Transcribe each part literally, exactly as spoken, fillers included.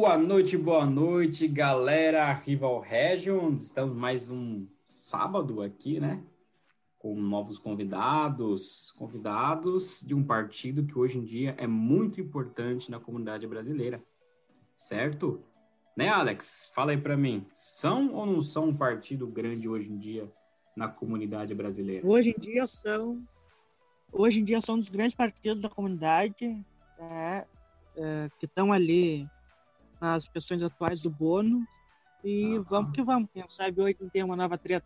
Boa noite, boa noite, galera, Rival Regions. Estamos mais um sábado aqui, né? Com novos convidados, convidados de um partido que hoje em dia é muito importante na comunidade brasileira, certo? Né, Alex? Fala aí pra mim, são ou não são um partido grande hoje em dia na comunidade brasileira? Hoje em dia são, hoje em dia são um dos grandes partidos da comunidade, é, é, que estão ali nas questões atuais do Bono, e Ah. vamos que vamos, quem sabe hoje tem uma nova treta.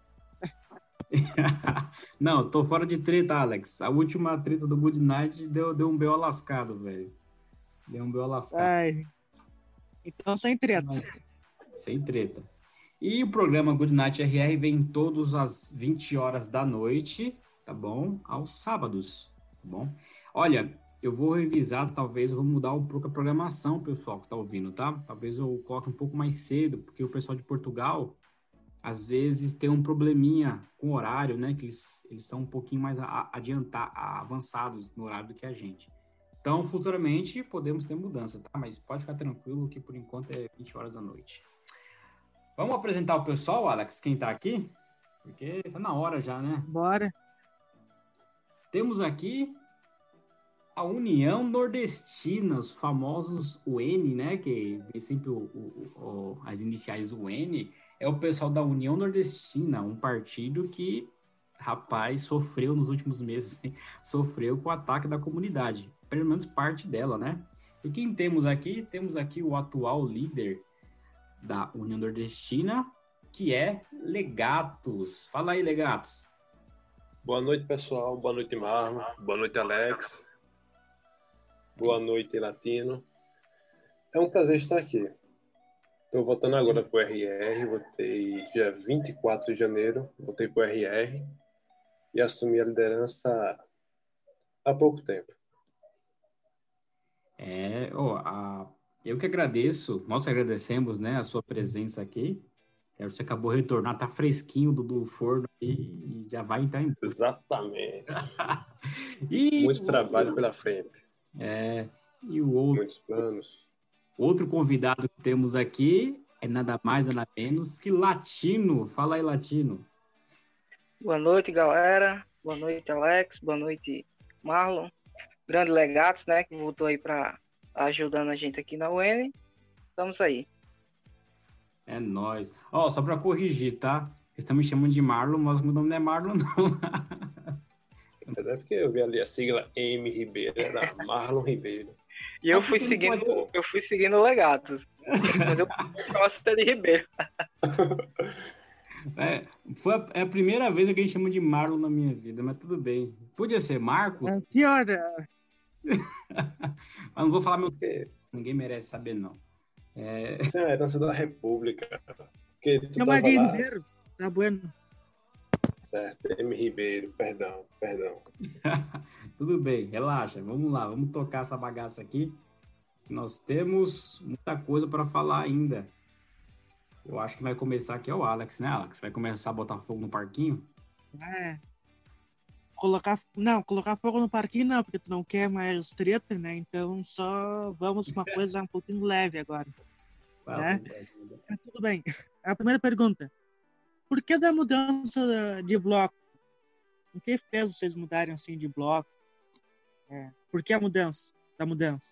Não, tô fora de treta, Alex. A última treta do Good Night deu, deu um B O lascado, velho. Deu um B O lascado. Ai, então sem treta. Sem treta. E o programa Good Night R R vem todas as vinte horas da noite, tá bom? Aos sábados, tá bom? Olha, eu vou revisar, talvez eu vou mudar um pouco a programação, pessoal, que tá ouvindo, tá? Talvez eu coloque um pouco mais cedo, porque o pessoal de Portugal, às vezes, tem um probleminha com o horário, né? Que eles, eles são um pouquinho mais adiantar, avançados no horário do que a gente. Então, futuramente, podemos ter mudança, tá? Mas pode ficar tranquilo que, por enquanto, é vinte horas da noite. Vamos apresentar o pessoal, Alex, quem tá aqui? Porque tá na hora já, né? Bora. Temos aqui a União Nordestina, os famosos U N, né? Que vem sempre o, o, o, as iniciais U N. É o pessoal da União Nordestina, um partido que, rapaz, sofreu nos últimos meses, sofreu com o ataque da comunidade. Pelo menos parte dela, né? E quem temos aqui? Temos aqui o atual líder da União Nordestina, que é Legatos. Fala aí, Legatos. Boa noite, pessoal. Boa noite, Marlon. Boa noite, Alex. Boa noite, Latino. É um prazer estar aqui. Estou votando agora para o R R. Votei dia vinte e quatro de janeiro. Votei para o R R e assumi a liderança há pouco tempo. É, ó, a... eu que agradeço, nós que agradecemos, né, a sua presença aqui. Você acabou de retornar, tá fresquinho do, do forno aí e já vai entrar em... Exatamente. e muito o... trabalho pela frente. É, e o outro... Muitos planos. Outro convidado que temos aqui é nada mais, nada menos que Latino. Fala aí, Latino. Boa noite, galera. Boa noite, Alex. Boa noite, Marlon. Grande Legatos, né, que voltou aí para ajudando a gente aqui na U N. Estamos aí. É nóis. Ó, só para corrigir, tá? Eles estão me chamando de Marlon, mas o meu nome não é Marlon, não. É porque eu vi ali a sigla M Ribeiro, era Marlon Ribeiro. E eu fui seguindo, eu fui seguindo o Legatos. Mas eu gosto de Ribeiro. É, foi a, é a primeira vez que alguém chama de Marlon na minha vida, mas tudo bem. Podia ser Marcos? É, que hora? Mas não vou falar meu que ninguém merece saber, não. É... Isso é uma herança da República. Chama de lá... Ribeiro, tá bueno. Certo, M. Ribeiro, perdão, perdão. Tudo bem, relaxa, vamos lá, vamos tocar essa bagaça aqui. Nós temos muita coisa para falar ainda. Eu acho que vai começar aqui é o Alex, né, Alex? Vai começar a botar fogo no parquinho? É. Colocar, não, colocar fogo no parquinho não, porque tu não quer mais treta, né? Então só vamos uma coisa um pouquinho leve agora. Né? Mas tudo bem. A primeira pergunta. Por que da mudança de bloco? O que fez vocês mudarem assim de bloco? É. Por que a mudança? Da mudança?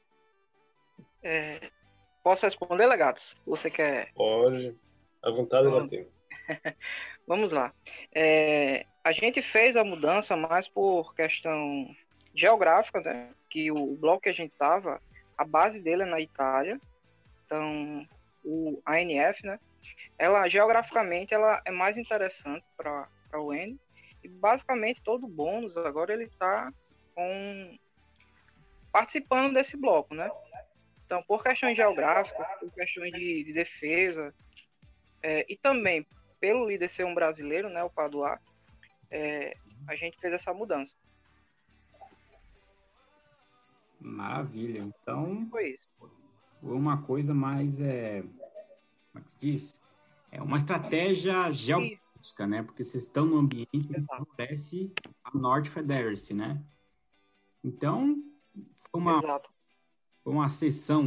É, posso responder, Legatos? Você quer? Pode. À vontade, Latino. Vamos lá. É, a gente fez a mudança mais por questão geográfica, né? Que o bloco que a gente estava, a base dele é na Itália. Então, o A N F, né? Ela, geograficamente, ela é mais interessante para a U N. E, basicamente, todo o bônus agora ele está com... participando desse bloco, né? Então, por questões geográficas, por questões de, de defesa, é, e também pelo líder ser um brasileiro, né, o Paduá, é, a gente fez essa mudança. Maravilha. Então, foi isso. Foi uma coisa mais, é, como é que se diz? É uma estratégia geopolítica, né? Porque vocês estão num ambiente que favorece a North Federacy, né? Então, foi uma, foi uma sessão,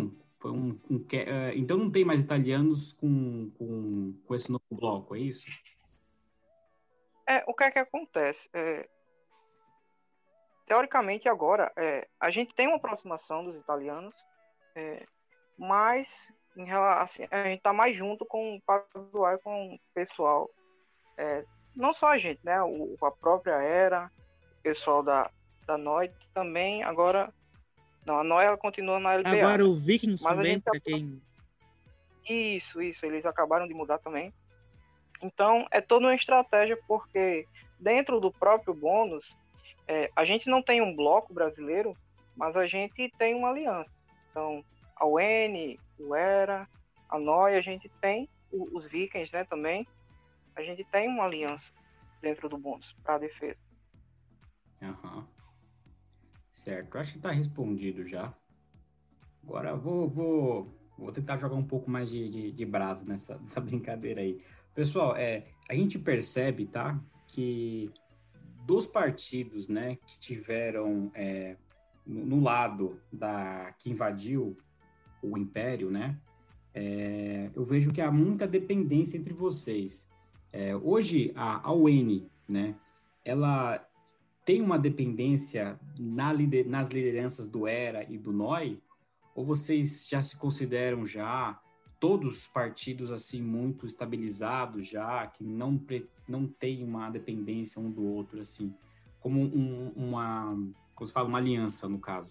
Foi um, um que- eh, então não tem mais italianos com, com, com esse novo bloco, é isso? É, o que é que acontece? É, teoricamente, agora, é, a gente tem uma aproximação dos italianos, é, mas em relação, assim, a gente está mais junto com o Paduai e com o pessoal. É, não só a gente, né? O, a própria Era, o pessoal da, da N O I também. Agora, não, a N O I ela continua na L B A. Agora né? o Vikings Mas a também, gente para quem... Isso, isso, eles acabaram de mudar também. Então, é toda uma estratégia, porque dentro do próprio bônus, é, a gente não tem um bloco brasileiro, mas a gente tem uma aliança. Então, a U N, o ERA, a N O I, a gente tem o, os Vikings, né, também. A gente tem uma aliança dentro do bônus para a defesa. Aham. Certo, acho que está respondido já. Agora eu vou, vou, vou tentar jogar um pouco mais de, de, de brasa nessa, nessa brincadeira aí. Pessoal, é, a gente percebe, tá, que dos partidos, né, que tiveram é, no, no lado da que invadiu o Império, né, é, eu vejo que há muita dependência entre vocês. É, hoje, a, a U N, né, ela tem uma dependência na lider, nas lideranças do ERA e do N O I, ou vocês já se consideram já todos os partidos assim muito estabilizados já, que não, não tem uma dependência um do outro, assim, como um, uma, como se fala, uma aliança, no caso?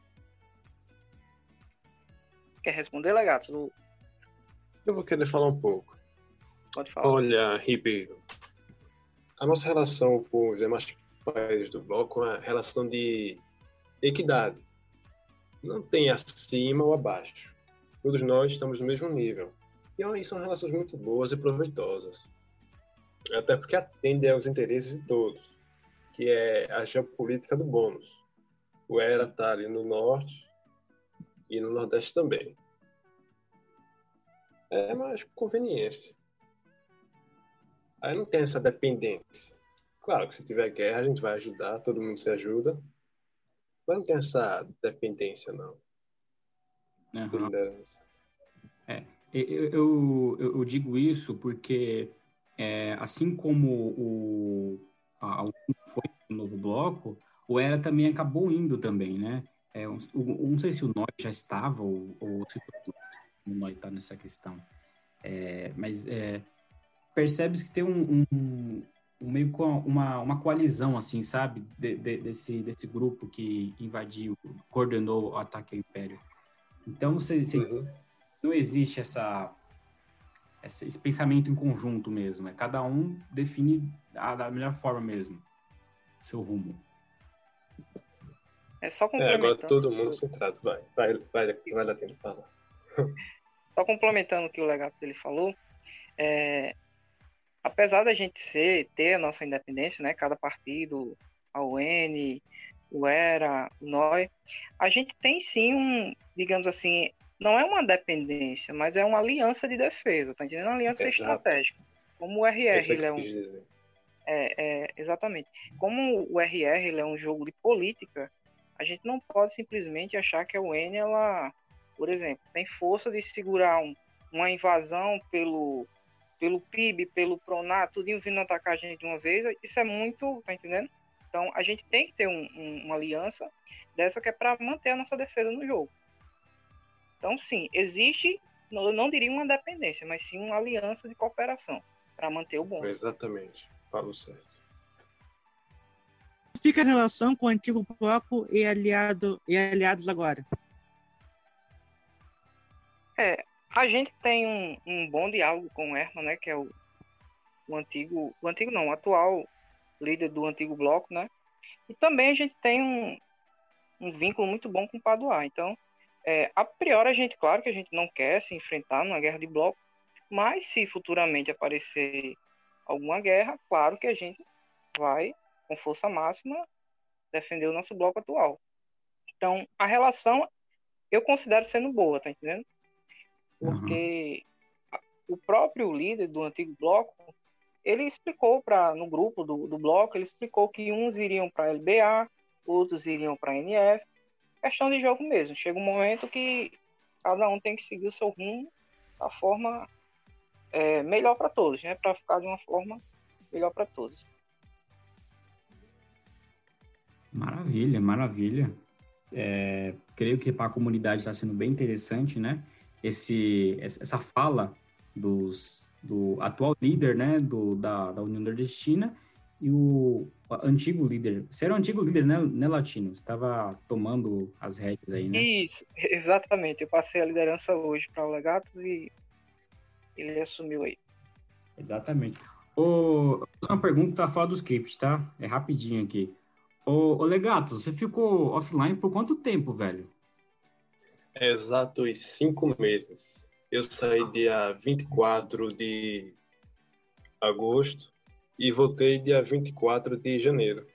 Quer responder, Legato? Eu vou querer falar um pouco. Pode falar. Olha, Ribeiro, a nossa relação com os demais países do bloco é uma relação de equidade. Não tem acima ou abaixo. Todos nós estamos no mesmo nível. E aí são relações muito boas e proveitosas. Até porque atende aos interesses de todos, que é a geopolítica do bônus. O ERA está ali no norte e no nordeste também. É mais conveniência. Aí não tem essa dependência. Claro que se tiver guerra a gente vai ajudar, todo mundo se ajuda. Mas não tem essa dependência, não. Uhum. É, eu, eu, eu digo isso porque, é, assim como o, a, o foi no novo bloco, o ERA também acabou indo também, né? É, um, um, não sei se o N O I já estava ou, ou se o N O I está nessa questão. É, mas é, percebe-se que tem um, um, um meio com uma, uma coalizão, assim, sabe? De, de, desse, desse grupo que invadiu, coordenou o ataque ao Império. Então, você, você, uhum. não existe essa, esse pensamento em conjunto mesmo. É cada um define a, da melhor forma mesmo seu rumo. É só complementando. É, agora todo mundo centrado. Vai, vai, vai, vai dar tempo de falar. Só complementando o que o Legato ele falou, é, apesar da gente ser, ter a nossa independência, né, cada partido, a U N, o ERA, o N O I, a gente tem sim um, digamos assim, não é uma dependência, mas é uma aliança de defesa, tá entendendo? Uma aliança Exato. estratégica. Como o R R, Esse ele é um... É, é, exatamente. Como o R R ele é um jogo de política, a gente não pode simplesmente achar que a U N, ela, por exemplo, tem força de segurar um, uma invasão pelo, pelo P I B, pelo PRONAT, tudinho vindo atacar a gente de uma vez. Isso é muito, tá entendendo? Então, a gente tem que ter um, um, uma aliança dessa que é para manter a nossa defesa no jogo. Então, sim, existe, eu não diria uma dependência, mas sim uma aliança de cooperação para manter o bom. Exatamente, falou certo. Fica a relação com o antigo bloco e, aliado, e aliados agora? É, a gente tem um, um bom diálogo com o Herman, né, que é o, o antigo, o antigo não, o atual líder do antigo bloco, né, e também a gente tem um, um vínculo muito bom com o Paduai. Então, é, a priori a gente, claro que a gente não quer se enfrentar numa guerra de bloco, mas se futuramente aparecer alguma guerra, claro que a gente vai, com força máxima, defender o nosso bloco atual. Então, a relação eu considero sendo boa, tá entendendo? Porque uhum. o próprio líder do antigo bloco, ele explicou para no grupo do, do bloco, ele explicou que uns iriam para a L B A, outros iriam para a N F, questão de jogo mesmo. Chega um momento que cada um tem que seguir o seu rumo da forma é, melhor para todos, né? Para ficar de uma forma melhor para todos. Maravilha, maravilha. É, creio que para a comunidade está sendo bem interessante, né? Esse, essa fala dos, do atual líder, né? Do, da, da União Nordestina e o antigo líder. Você era o antigo líder, né, né Latino? Você estava tomando as rédeas aí, né? Isso, exatamente. Eu passei a liderança hoje para o Legatos e ele assumiu aí. Exatamente. Ô, vou fazer uma pergunta fora do script, tá? É rapidinho aqui. Ô, ô Legatos, você ficou offline por quanto tempo, velho? É exatos cinco meses. Eu saí dia vinte e quatro de agosto e voltei dia vinte e quatro de janeiro.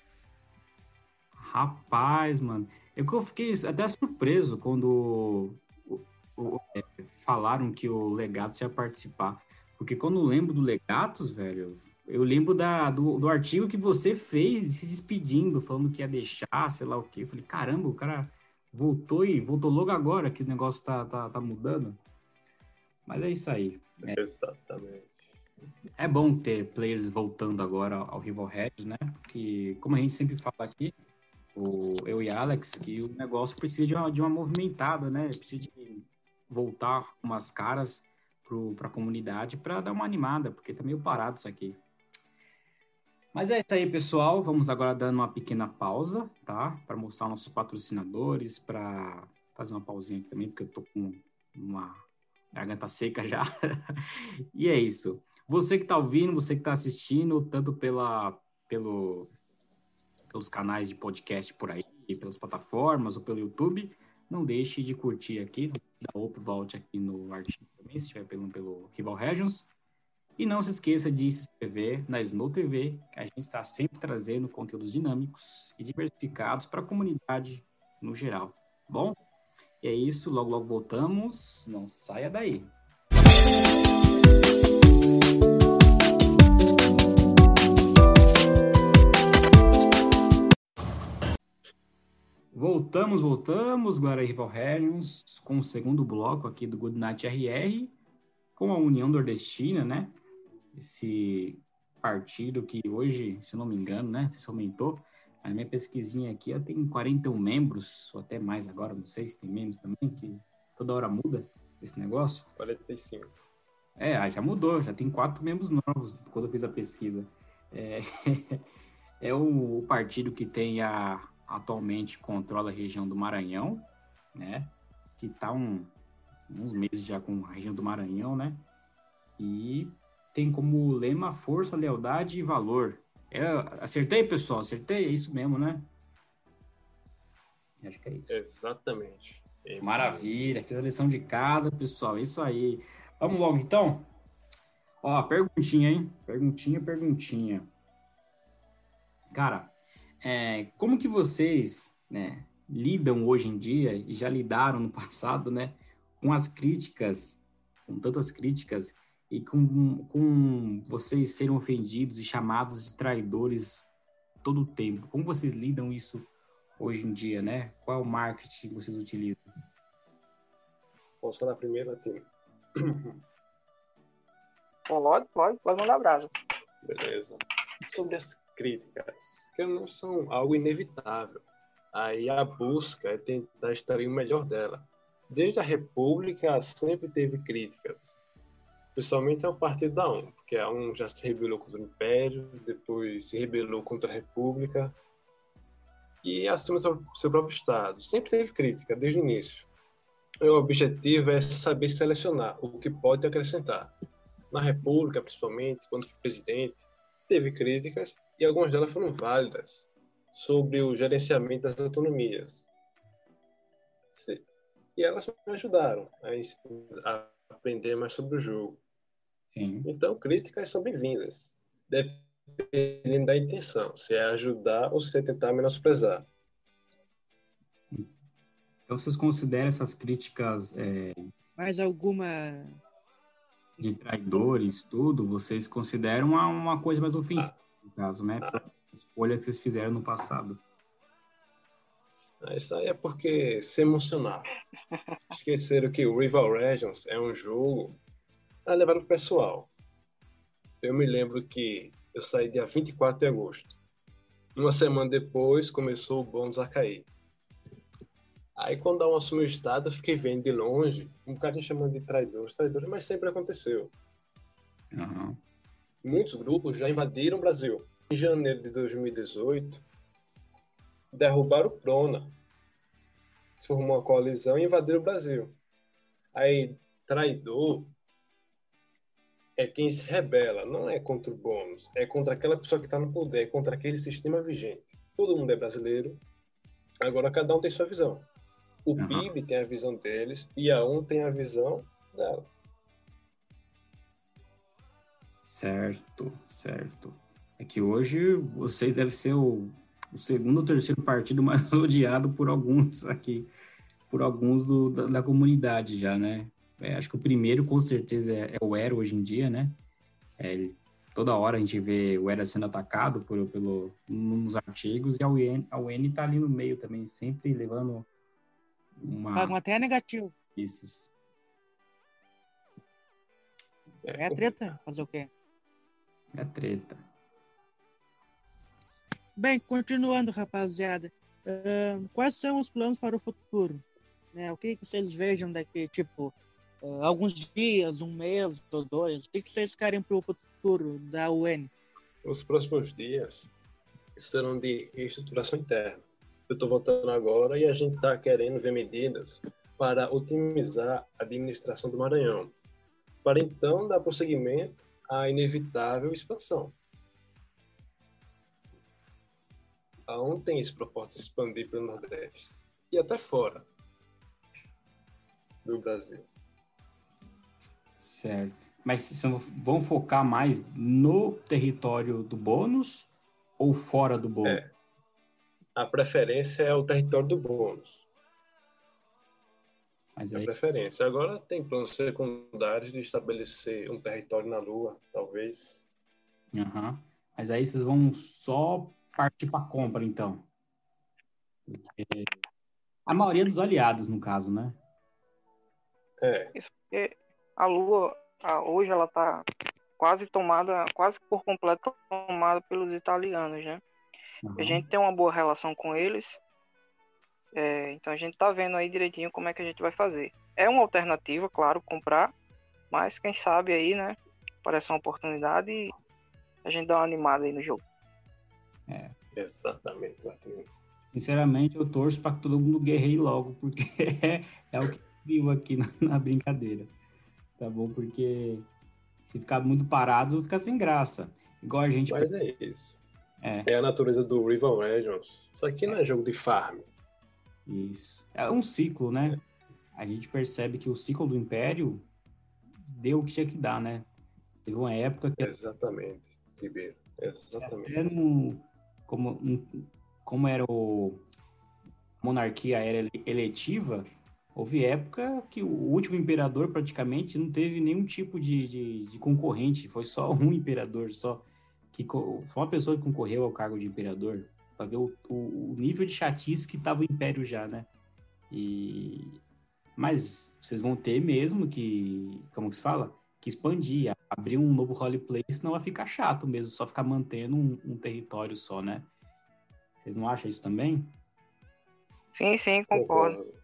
Rapaz, mano. Eu que eu fiquei até surpreso quando o, o, é, falaram que o Legatos ia participar. Porque quando eu lembro do Legatos, velho, eu lembro da, do, do artigo que você fez se despedindo, falando que ia deixar, sei lá o quê. Eu falei, caramba, o cara voltou e voltou logo agora que o negócio tá, tá, tá mudando. Mas é isso aí. É. Exatamente. É bom ter players voltando agora ao Rival Hedge, né? Porque, como a gente sempre fala aqui, o, eu e Alex, que o negócio precisa de uma, de uma movimentada, né? Precisa de voltar umas caras para a comunidade para dar uma animada, porque tá meio parado isso aqui. Mas é isso aí, pessoal. Vamos agora dando uma pequena pausa, tá? Para mostrar nossos patrocinadores, para fazer uma pausinha aqui também, porque eu tô com uma garganta seca já. E é isso. Você que tá ouvindo, você que tá assistindo, tanto pela, pelo, pelos canais de podcast por aí, pelas plataformas ou pelo YouTube, não deixe de curtir aqui, da Open Vault aqui no artigo também, se estiver pelo, pelo Rival Regions. E não se esqueça de se inscrever na Snow T V, que a gente está sempre trazendo conteúdos dinâmicos e diversificados para a comunidade no geral. Bom, e é isso, logo logo voltamos, não saia daí. Voltamos, voltamos, Glória Rival Regions, com o segundo bloco aqui do Good Night R R, com a União Nordestina, né? Esse partido que hoje, se não me engano, né? Se aumentou. A minha pesquisinha aqui, ela tem quarenta e um membros, ou até mais agora, não sei se tem menos também, que toda hora muda esse negócio. quarenta e cinco. É, já mudou, já tem quatro membros novos quando eu fiz a pesquisa. É, é o, o partido que tem a, atualmente controla a região do Maranhão, né? Que está um, uns meses já com a região do Maranhão, né? E tem como lema força, lealdade e valor. É, acertei, pessoal? Acertei? É isso mesmo, né? Acho que é isso. Exatamente. É. Maravilha. Fiz a lição de casa, pessoal. Isso aí. Vamos logo, então? Ó, perguntinha, hein? Perguntinha, perguntinha. Cara, é, como que vocês, né, lidam hoje em dia, e já lidaram no passado, né, com as críticas, com tantas críticas, e com, com vocês serem ofendidos e chamados de traidores todo o tempo? Como vocês lidam isso hoje em dia, né? Qual é o marketing que vocês utilizam? Posso falar primeiro, Latino? Pode, pode, pode mandar brasa. Beleza. Sobre as críticas, que não são algo inevitável. Aí a busca é tentar extrair o melhor dela. Desde a República sempre teve críticas. Principalmente ao partido da ONU, porque a ONU já se rebelou contra o Império, depois se rebelou contra a República e assume seu, seu próprio Estado. Sempre teve crítica, desde o início. O objetivo é saber selecionar o que pode acrescentar. Na República, principalmente, quando foi presidente, teve críticas e algumas delas foram válidas sobre o gerenciamento das autonomias. E elas me ajudaram a aprender mais sobre o jogo. Sim. Então, críticas são bem-vindas, dependendo da intenção, se é ajudar ou se é tentar menosprezar. Então, vocês consideram essas críticas é, Mais alguma de traidores, tudo, vocês consideram uma, uma coisa mais ofensiva, ah. no caso, né? Pela escolha que vocês fizeram no passado. Isso aí é porque se emocionaram. Esqueceram que o Rival Regions é um jogo a levar o pessoal. Eu me lembro que eu saí dia vinte e quatro de agosto. Uma semana depois, começou o bônus a cair. Aí, quando a um assumiu o estado, eu fiquei vendo de longe, um cara me chamando de traidores, traidores, mas sempre aconteceu. Uhum. Muitos grupos já invadiram o Brasil. Em janeiro de dois mil e dezoito, derrubaram o Prona. Formou uma coalizão e invadiram o Brasil. Aí, traidor é quem se rebela, não é contra o bônus, é contra aquela pessoa que está no poder, é contra aquele sistema vigente. Todo mundo é brasileiro, agora cada um tem sua visão. O Uhum. P I B tem a visão deles e a ONU tem a visão dela. Certo, certo. É que hoje vocês devem ser o, o segundo ou terceiro partido mais odiado por alguns aqui, por alguns do, da, da comunidade já, né? É, acho que o primeiro, com certeza, é, é o Era hoje em dia, né? É, toda hora a gente vê o Era sendo atacado por, pelo, nos artigos e a U N, a U N tá ali no meio também, sempre levando uma... Pagam até negativo. Esses. É, é treta, fazer o quê? É treta. Bem, continuando, rapaziada. Uh, quais são os planos para o futuro? Né, o que, que vocês vejam daqui, tipo, uh, alguns dias, um mês ou dois? O que, que vocês querem para o futuro da U N? Os próximos dias serão de reestruturação interna. Eu estou voltando agora e a gente está querendo ver medidas para otimizar a administração do Maranhão, para então dar prosseguimento à inevitável expansão. Aonde tem esse propósito de expandir pelo Nordeste e até fora do Brasil. Certo. Mas são, vão focar mais no território do bônus ou fora do bônus? É. A preferência é o território do bônus. Mas É aí... a preferência. Agora tem planos secundários de estabelecer um território na Lua, talvez. Uhum. Mas aí vocês vão só partir para compra, então. Porque a maioria dos aliados, no caso, né? É. Isso porque a Lua, a, hoje, ela está quase tomada, quase por completo tomada pelos italianos, né? Uhum. A gente tem uma boa relação com eles, é, então a gente está vendo aí direitinho como é que a gente vai fazer. É uma alternativa, claro, comprar, mas quem sabe aí, né? Parece uma oportunidade e a gente dá uma animada aí no jogo. É. Exatamente, Latino. Sinceramente, eu torço para que todo mundo guerreie logo, porque é, é o que viu aqui na, na brincadeira. Tá bom? Porque se ficar muito parado, fica sem graça. Igual a gente... Mas é isso. É, É a natureza do Rival Legends. Isso aqui não é jogo de farm. isso. É um ciclo, né? A gente percebe que o ciclo do Império deu o que tinha que dar, né? Teve uma época que... Exatamente, Ribeiro. Exatamente. Até no, como, um, como era o a monarquia era eletiva, houve época que o último imperador praticamente não teve nenhum tipo de, de, de concorrente, foi só um imperador, só que foi uma pessoa que concorreu ao cargo de imperador, para ver o, o, o nível de chatice que estava o império já, né? E... Mas vocês vão ter mesmo que, como que se fala? Que expandir, abrir um novo roleplay, senão vai ficar chato mesmo, só ficar mantendo um, um território só, né? Vocês não acham isso também? Sim, sim, concordo. Concordo.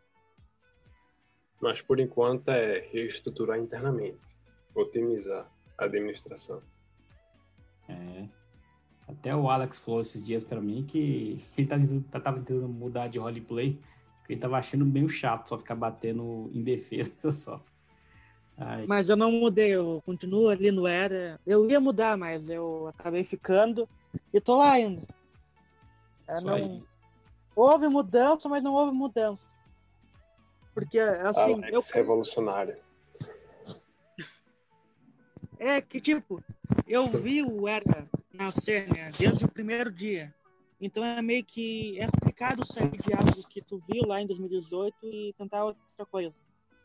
Mas por enquanto é reestruturar internamente, otimizar a administração. É. Até o Alex falou esses dias pra mim que ele tá tentando, tava tentando mudar de roleplay, porque ele tava achando meio chato só ficar batendo em defesa só. Ai. Mas eu não mudei, eu continuo ali no Era. Eu ia mudar, mas eu acabei ficando e tô lá ainda. É, não... Houve mudança, mas não houve mudança. Porque, assim... Alex, eu... revolucionário. É que, tipo, eu vi o Era nascer, né, desde o primeiro dia. Então é meio que... É complicado sair de algo que tu viu lá em dois mil e dezoito e tentar outra coisa.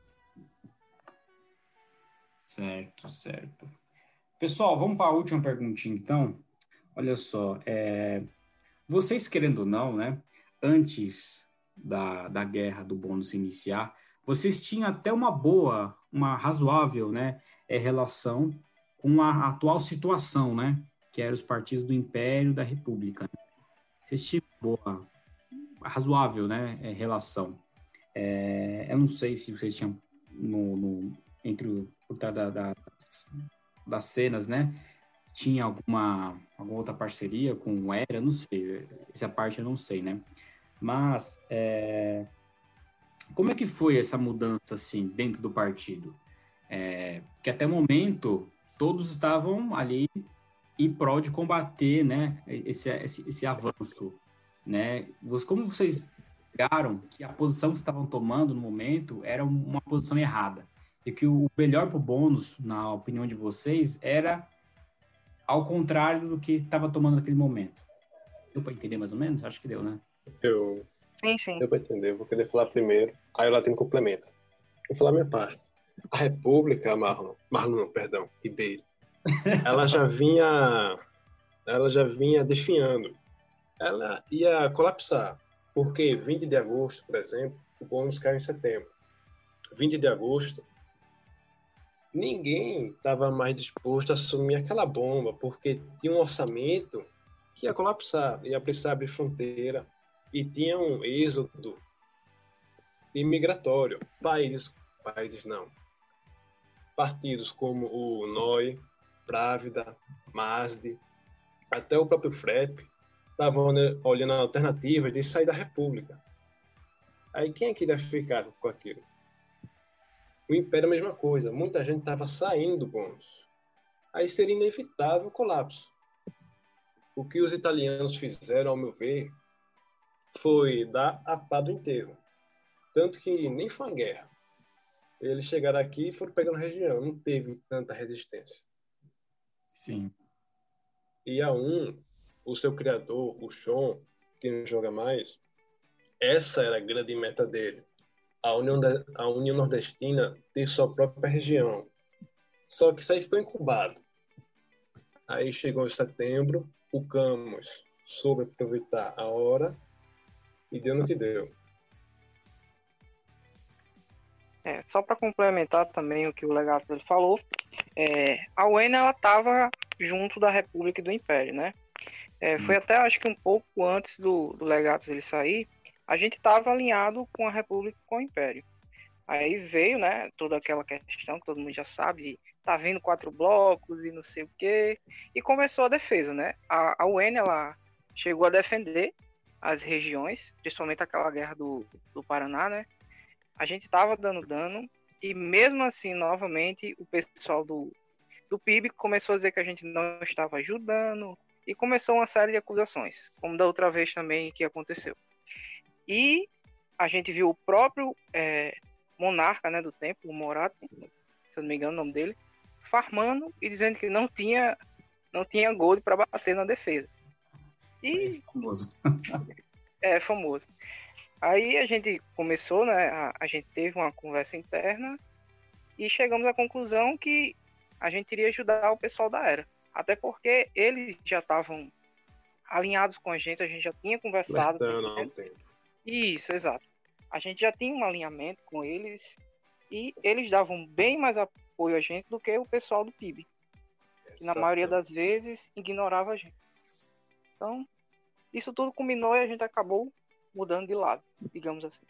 Certo, certo. Pessoal, vamos para a última perguntinha, então. Olha só, é... vocês querendo ou não, né? Antes da, da guerra do bônus iniciar, vocês tinham até uma boa, uma razoável, né, é, relação com a atual situação, né, que eram os partidos do Império e da República. Vocês tinham boa, razoável, né, é, relação. É, eu não sei se vocês tinham no, no, entre o, por trás da, da, das cenas, né, tinha alguma, alguma outra parceria com o Era, não sei, essa parte eu não sei, né, mas é, como é que foi essa mudança, assim, dentro do partido? É, que até o momento todos estavam ali em prol de combater, né, esse, esse, esse avanço, né, como vocês pegaram que a posição que estavam tomando no momento era uma posição errada, e que o melhor para o bônus, na opinião de vocês, era ao contrário do que estava tomando naquele momento. Deu para entender mais ou menos? Acho que deu, né? Eu... Sim, sim. Deu para entender. Eu vou querer falar primeiro, aí o Latino complementa. Vou falar a minha parte. A República, Marlon, Marlon não, perdão, Ribeiro, ela já vinha, ela já vinha definhando. Ela ia colapsar, porque vinte de agosto, por exemplo, o bônus caiu em setembro. vinte de agosto, ninguém estava mais disposto a assumir aquela bomba, porque tinha um orçamento que ia colapsar, ia precisar abrir fronteira, e tinha um êxodo imigratório. Países, países não, partidos como o N O I, Právida, Masde, até o próprio F R E P, estavam olhando alternativas de sair da República. Aí quem é que iria ficar com aquilo? O Império, a mesma coisa. Muita gente estava saindo do bônus. Aí seria inevitável o colapso. O que os italianos fizeram, ao meu ver, foi dar a pá do inteiro. Tanto que nem foi uma guerra. Eles chegaram aqui e foram pegando região. Não teve tanta resistência. Sim. E a um, o seu criador, o Sean, que não joga mais, essa era a grande meta dele. A União, de, a União Nordestina ter sua própria região. Só que isso aí ficou incubado. Aí chegou em setembro, o Camus soube aproveitar a hora e deu no que deu. É, só para complementar também o que o Legato dele falou, é, a U N ela estava junto da República e do Império, né? É, foi até acho que um pouco antes do, do Legato dele sair, a gente estava alinhado com a República e com o Império. Aí veio, né, toda aquela questão que todo mundo já sabe, tá vindo quatro blocos e não sei o quê, e começou a defesa, né? A, a U N ela chegou a defender as regiões, principalmente aquela guerra do, do Paraná, né? A gente estava dando dano, e mesmo assim, novamente, o pessoal do, do P I B começou a dizer que a gente não estava ajudando, e começou uma série de acusações, como da outra vez também que aconteceu. E a gente viu o próprio é, monarca, né, do tempo, o Morato, se eu não me engano o nome dele, farmando e dizendo que não tinha, não tinha gold para bater na defesa. E... É famoso. é, famoso. Aí a gente começou, né, a, a gente teve uma conversa interna e chegamos à conclusão que a gente iria ajudar o pessoal da Era. Até porque eles já estavam alinhados com a gente, a gente já tinha conversado. Lertando, não, tempo. Isso, exato. A gente já tinha um alinhamento com eles e eles davam bem mais apoio a gente do que o pessoal do P I B, que na maioria das vezes ignorava a gente. Então, isso tudo combinou e a gente acabou mudando de lado, digamos assim.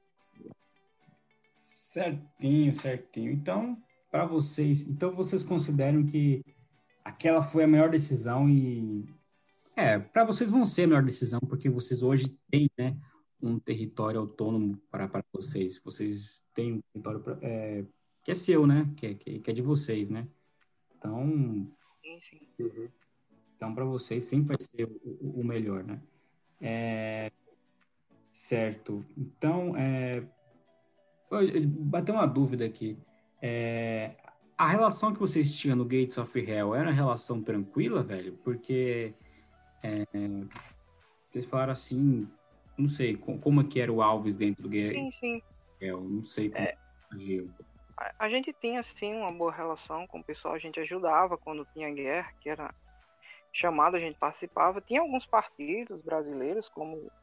Certinho, certinho. Então, para vocês, então vocês consideram que aquela foi a melhor decisão e é, para vocês vão ser a melhor decisão, porque vocês hoje têm, né, um território autônomo para, para vocês. Vocês têm um território pra, é, que é seu, né? Que é, que, que é de vocês, né? Então, Sim, sim. Uhum. então para vocês sempre vai ser o, o melhor, né? É, certo. Então, é, bateu uma dúvida aqui. É, a relação que vocês tinham no Gates of Hell era uma relação tranquila, velho? Porque é, vocês falaram assim, não sei, como é que era o Alves dentro do Gates Sim, sim. of Hell, não sei como É, agiu. a, a gente tinha, sim, uma boa relação com o pessoal, a gente ajudava quando tinha guerra, que era chamado, a gente participava. Tinha alguns partidos brasileiros, como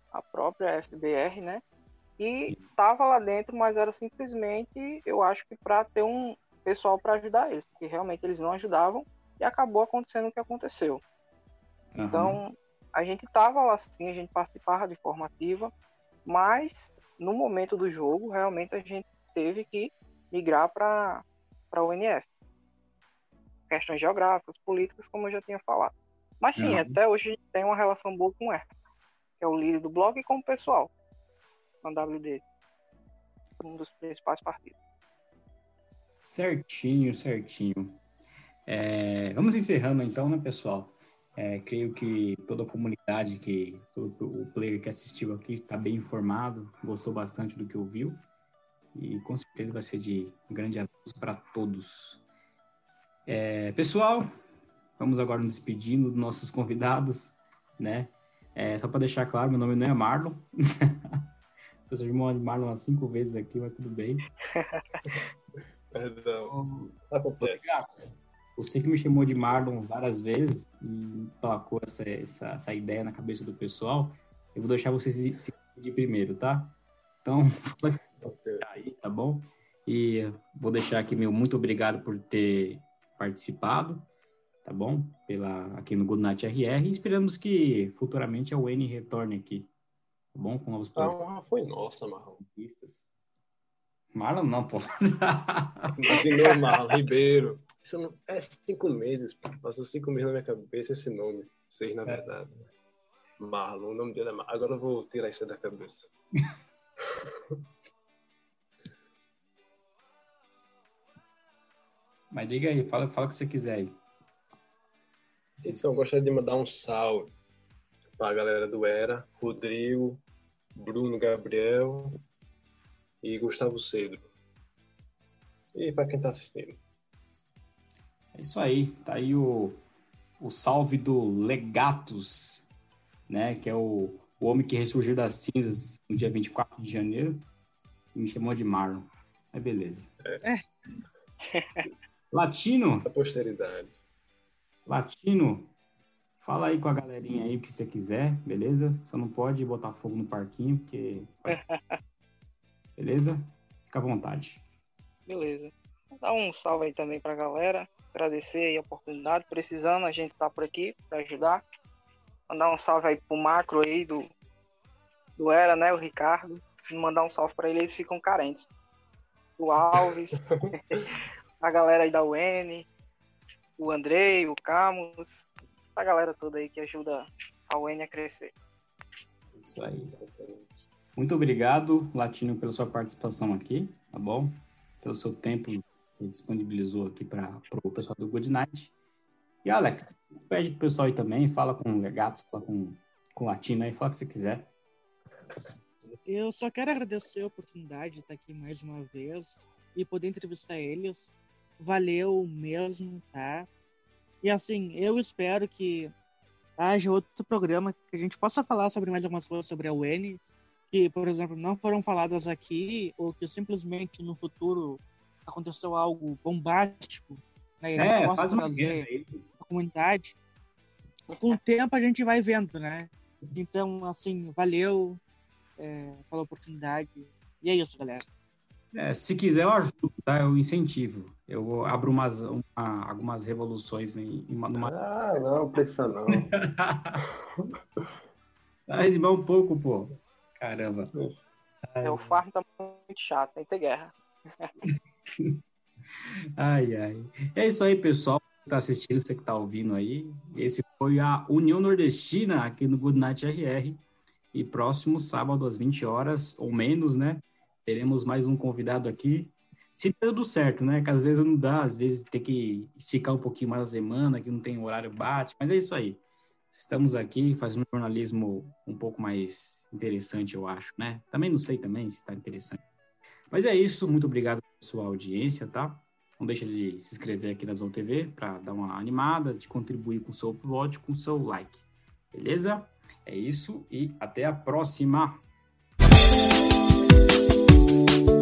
a própria F B R, né? E estava lá dentro, mas era simplesmente, eu acho que para ter um pessoal para ajudar eles, porque realmente eles não ajudavam e acabou acontecendo o que aconteceu. Uhum. Então, a gente estava lá sim, a gente participava de forma ativa, mas no momento do jogo, realmente a gente teve que migrar para a U N F. Questões geográficas, políticas, como eu já tinha falado. Mas sim, uhum. até hoje a gente tem uma relação boa com o R, que é o líder do blog, e com o pessoal na W D, um dos principais partidos. Certinho, certinho. É, vamos encerrando então, né, pessoal? É, creio que toda a comunidade, que todo o player que assistiu aqui está bem informado, gostou bastante do que ouviu e com certeza vai ser de grande avanço para todos. É, pessoal, vamos agora nos despedindo dos nossos convidados, né? É, só para deixar claro, meu nome não é Marlon. Eu sou irmão de Marlon umas cinco vezes aqui, mas tudo bem. Perdão. Acontece. Você que me chamou de Marlon várias vezes e colocou essa, essa, essa ideia na cabeça do pessoal, eu vou deixar você se, se pedir primeiro, tá? Então, aí, tá bom? E vou deixar aqui meu muito obrigado por ter participado, tá bom? Pela, aqui no Good Night R R, e esperamos que futuramente a U N retorne aqui, tá bom? Com novos projetos. Ah, foi nossa, Marlon. Marlon não, pô. De novo, Marlon Ribeiro. Isso não... É cinco meses, pô. Passou cinco meses na minha cabeça esse nome. Seis, na verdade. É. Marlon, o nome dele é Marlon. Agora eu vou tirar isso da cabeça. Mas diga aí, fala, fala o que você quiser aí. Então, eu gostaria de mandar um salve para a galera do Era, Rodrigo, Bruno Gabriel e Gustavo Cedro. E para quem está assistindo. É isso aí, tá aí o, o salve do Legatus, né, que é o, o homem que ressurgiu das cinzas no dia vinte e quatro de janeiro e me chamou de Marlon. Mas beleza. É. Latino. A posteridade. Latino, fala aí com a galerinha aí o que você quiser, beleza? Só não pode botar fogo no parquinho, porque... Beleza? Fica à vontade. Beleza. Vou dar um salve aí também pra galera. Agradecer aí a oportunidade. Precisando, a gente tá por aqui para ajudar. Mandar um salve aí pro Macro aí do, do Era, né? O Ricardo. Se não mandar um salve pra ele, eles ficam carentes. O Alves, a galera aí da U N, o Andrei, o Camus, a galera toda aí que ajuda a U N a crescer. Isso aí. Muito obrigado, Latino, pela sua participação aqui, tá bom? Pelo seu tempo que você disponibilizou aqui para o pessoal do Good Night. E Alex, pede pro pessoal aí também, fala com o Legatus, fala com, com o Latino aí, fala o que você quiser. Eu só quero agradecer a oportunidade de estar aqui mais uma vez e poder entrevistar eles. Valeu mesmo, tá? E assim, eu espero que haja outro programa que a gente possa falar sobre mais algumas coisas sobre a U N, que, por exemplo, não foram faladas aqui, ou que simplesmente no futuro aconteceu algo bombástico, né? E a gente é, possa trazer a comunidade. Com o tempo a gente vai vendo, né? Então, assim, valeu é, pela oportunidade. E é isso, galera. É, se quiser, eu ajudo, tá? Eu incentivo. Eu abro umas, uma, algumas revoluções em, em uma, numa... Ah, não, precisa não. Vai de um pouco, pô. Caramba. É, o farm tá muito chato, tem que ter guerra. Ai, ai. É isso aí, pessoal. Que tá assistindo, você que tá ouvindo aí. Esse foi a União Nordestina aqui no Good Night R R. E próximo sábado, às vinte horas, ou menos, né? Teremos mais um convidado aqui. Se tudo certo, né? Que às vezes não dá, às vezes tem que esticar um pouquinho mais a semana, que não tem horário bate, mas é isso aí. Estamos aqui fazendo um jornalismo um pouco mais interessante, eu acho, né? Também não sei também se está interessante. Mas é isso, muito obrigado pela sua audiência, tá? Não deixa de se inscrever aqui na Zon T V para dar uma animada, de contribuir com o seu voto, com o seu like. Beleza? É isso e até a próxima!